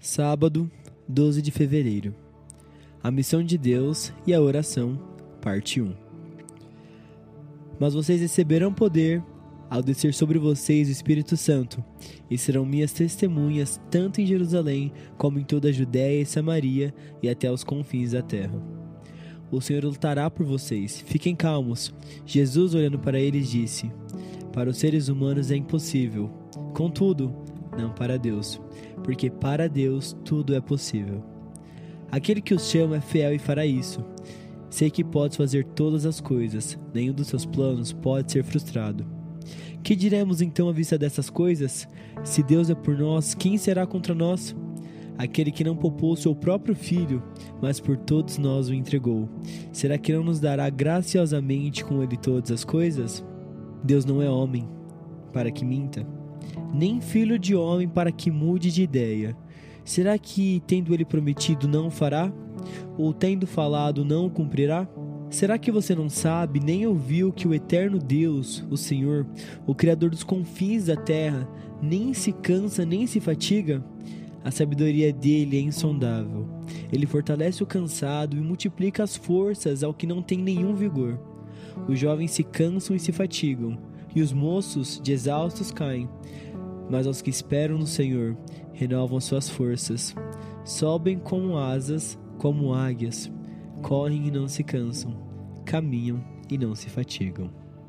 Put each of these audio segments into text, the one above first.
Sábado, 12 de fevereiro. A missão de Deus e a oração, parte 1. Mas vocês receberão poder ao descer sobre vocês o Espírito Santo, e serão minhas testemunhas tanto em Jerusalém como em toda a Judéia e Samaria e até os confins da terra. O Senhor lutará por vocês, fiquem calmos. Jesus, olhando para eles, disse: para os seres humanos é impossível, contudo, não para Deus, porque para Deus tudo é possível. Aquele que os chama é fiel e fará isso. Sei que podes fazer todas as coisas, nenhum dos seus planos pode ser frustrado. Que diremos então à vista dessas coisas? Se Deus é por nós, quem será contra nós? Aquele que não poupou seu próprio filho, mas por todos nós o entregou, será que não nos dará graciosamente com ele todas as coisas? Deus não é homem para que minta, nem filho de homem para que mude de ideia. Será que, tendo ele prometido, não o fará? Ou tendo falado, não o cumprirá? Será que você não sabe, nem ouviu que o eterno Deus, o Senhor, o Criador dos confins da terra, nem se cansa, nem se fatiga? A sabedoria dele é insondável. Ele fortalece o cansado e multiplica as forças ao que não tem nenhum vigor. Os jovens se cansam e se fatigam, e os moços de exaustos caem. Mas aos que esperam no Senhor, renovam suas forças. Sobem como asas, como águias. Correm e não se cansam. Caminham e não se fatigam.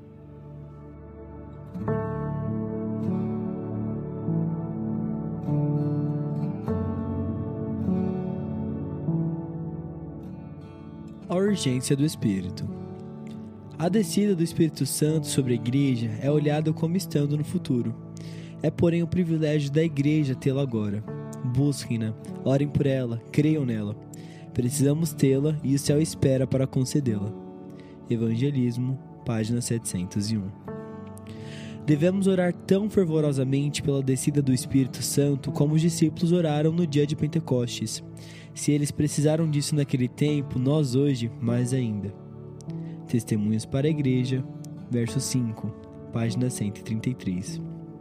A urgência do Espírito. A descida do Espírito Santo sobre a igreja é olhada como estando no futuro. É, porém, o privilégio da igreja tê-la agora. Busquem-na, orem por ela, creiam nela. Precisamos tê-la e o céu espera para concedê-la. Evangelismo, página 701. Devemos orar tão fervorosamente pela descida do Espírito Santo como os discípulos oraram no dia de Pentecostes. Se eles precisaram disso naquele tempo, nós hoje, mais ainda. Testemunhos para a Igreja, verso 5, página 133.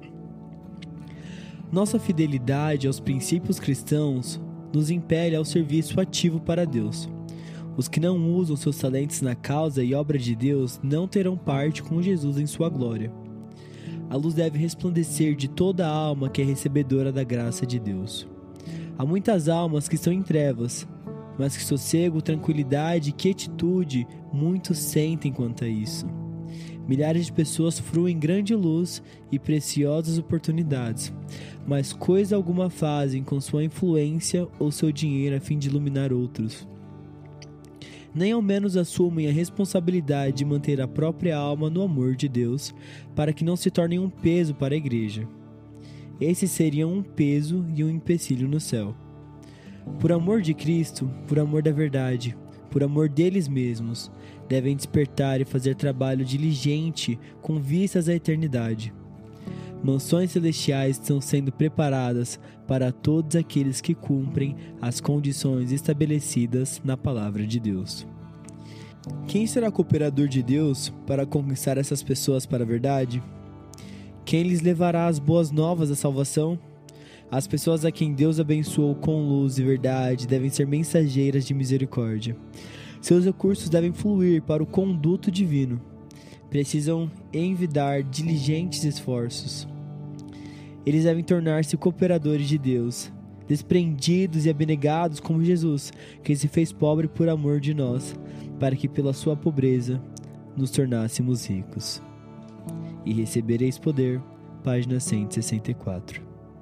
Nossa fidelidade aos princípios cristãos nos impele ao serviço ativo para Deus. Os que não usam seus talentos na causa e obra de Deus não terão parte com Jesus em sua glória. A luz deve resplandecer de toda a alma que é recebedora da graça de Deus. Há muitas almas que estão em trevas, mas que sossego, tranquilidade e quietude muitos sentem quanto a isso. Milhares de pessoas fruem grande luz e preciosas oportunidades, mas coisa alguma fazem com sua influência ou seu dinheiro a fim de iluminar outros. Nem ao menos assumem a responsabilidade de manter a própria alma no amor de Deus, para que não se tornem um peso para a igreja. Esses seriam um peso e um empecilho no céu. Por amor de Cristo, por amor da verdade, por amor deles mesmos, devem despertar e fazer trabalho diligente com vistas à eternidade. Mansões celestiais estão sendo preparadas para todos aqueles que cumprem as condições estabelecidas na palavra de Deus. Quem será cooperador de Deus para conquistar essas pessoas para a verdade? Quem lhes levará as boas novas da salvação? As pessoas a quem Deus abençoou com luz e verdade devem ser mensageiras de misericórdia. Seus recursos devem fluir para o conduto divino. Precisam envidar diligentes esforços. Eles devem tornar-se cooperadores de Deus, desprendidos e abnegados como Jesus, que se fez pobre por amor de nós, para que pela sua pobreza nos tornássemos ricos. E recebereis poder, página 164.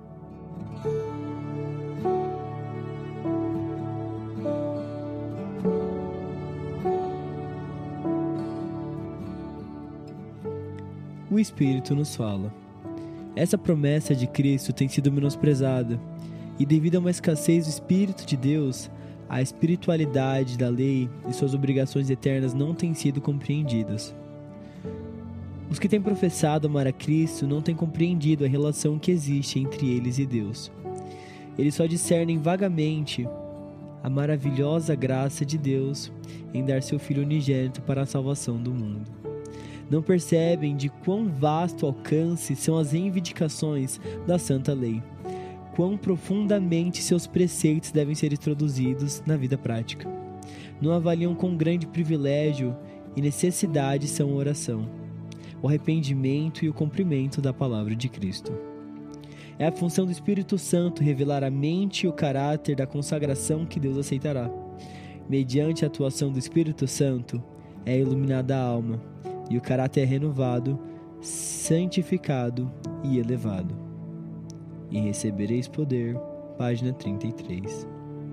O Espírito nos fala. Essa promessa de Cristo tem sido menosprezada, e devido a uma escassez do Espírito de Deus, a espiritualidade da lei e suas obrigações eternas não têm sido compreendidas. Os que têm professado amar a Cristo não têm compreendido a relação que existe entre eles e Deus. Eles só discernem vagamente a maravilhosa graça de Deus em dar seu Filho unigênito para a salvação do mundo. Não percebem de quão vasto alcance são as reivindicações da Santa Lei, quão profundamente seus preceitos devem ser introduzidos na vida prática. Não avaliam quão grande privilégio e necessidade são a oração, o arrependimento e o cumprimento da palavra de Cristo. É a função do Espírito Santo revelar a mente e o caráter da consagração que Deus aceitará. Mediante a atuação do Espírito Santo, é iluminada a alma, e o caráter é renovado, santificado e elevado. E recebereis poder, página 33.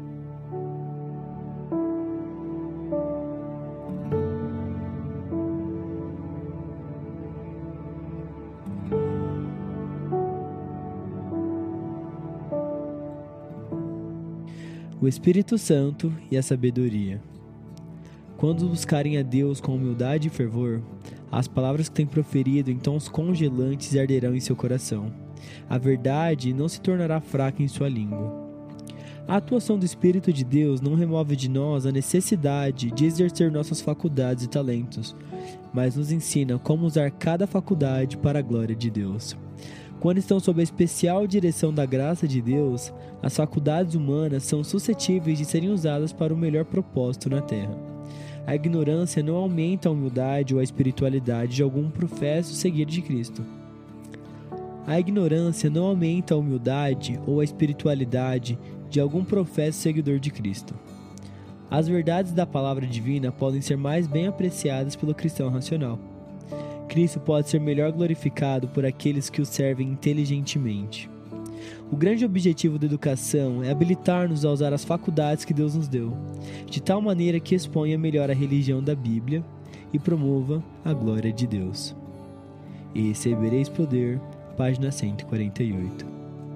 O Espírito Santo e a sabedoria. Quando buscarem a Deus com humildade e fervor, as palavras que têm proferido em tons congelantes arderão em seu coração. A verdade não se tornará fraca em sua língua. A atuação do Espírito de Deus não remove de nós a necessidade de exercer nossas faculdades e talentos, mas nos ensina como usar cada faculdade para a glória de Deus. Quando estão sob a especial direção da graça de Deus, as faculdades humanas são suscetíveis de serem usadas para o melhor propósito na Terra. A ignorância não aumenta a humildade ou a espiritualidade de algum professo seguir de Cristo. A ignorância não aumenta a humildade ou a espiritualidade de algum professo seguidor de Cristo. As verdades da palavra divina podem ser mais bem apreciadas pelo cristão racional. Cristo pode ser melhor glorificado por aqueles que o servem inteligentemente. O grande objetivo da educação é habilitar-nos a usar as faculdades que Deus nos deu, de tal maneira que exponha melhor a religião da Bíblia e promova a glória de Deus. E recebereis poder, página 148.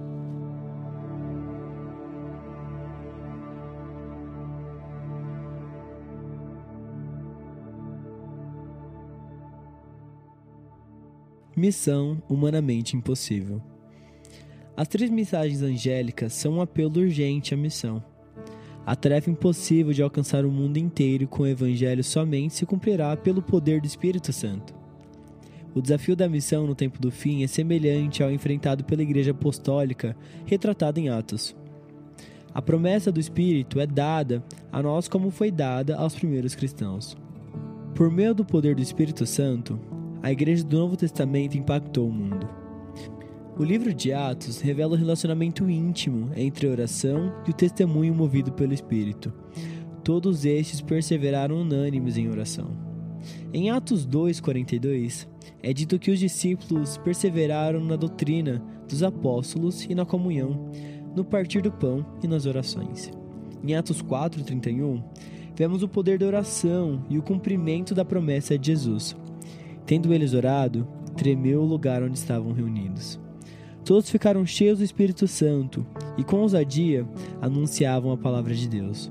Missão humanamente impossível. As 3 mensagens angélicas são um apelo urgente à missão. A tarefa impossível de alcançar o mundo inteiro com o Evangelho somente se cumprirá pelo poder do Espírito Santo. O desafio da missão no tempo do fim é semelhante ao enfrentado pela Igreja Apostólica, retratada em Atos. A promessa do Espírito é dada a nós como foi dada aos primeiros cristãos. Por meio do poder do Espírito Santo, a Igreja do Novo Testamento impactou o mundo. O livro de Atos revela o relacionamento íntimo entre a oração e o testemunho movido pelo Espírito. Todos estes perseveraram unânimes em oração. Em Atos 2:42, é dito que os discípulos perseveraram na doutrina dos apóstolos e na comunhão, no partir do pão e nas orações. Em Atos 4:31, vemos o poder da oração e o cumprimento da promessa de Jesus. Tendo eles orado, tremeu o lugar onde estavam reunidos. Todos ficaram cheios do Espírito Santo e com ousadia anunciavam a palavra de Deus.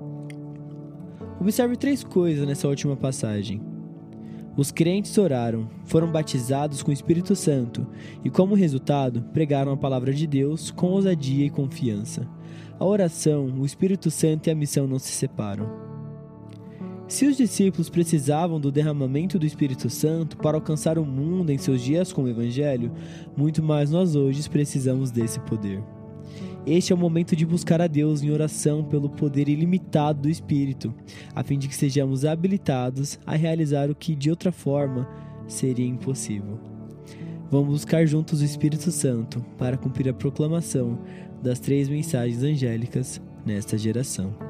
Observe 3 coisas nessa última passagem. Os crentes oraram, foram batizados com o Espírito Santo e, como resultado, pregaram a palavra de Deus com ousadia e confiança. A oração, o Espírito Santo e a missão não se separam. Se os discípulos precisavam do derramamento do Espírito Santo para alcançar o mundo em seus dias com o Evangelho, muito mais nós hoje precisamos desse poder. Este é o momento de buscar a Deus em oração pelo poder ilimitado do Espírito, a fim de que sejamos habilitados a realizar o que de outra forma seria impossível. Vamos buscar juntos o Espírito Santo para cumprir a proclamação das 3 mensagens angélicas nesta geração.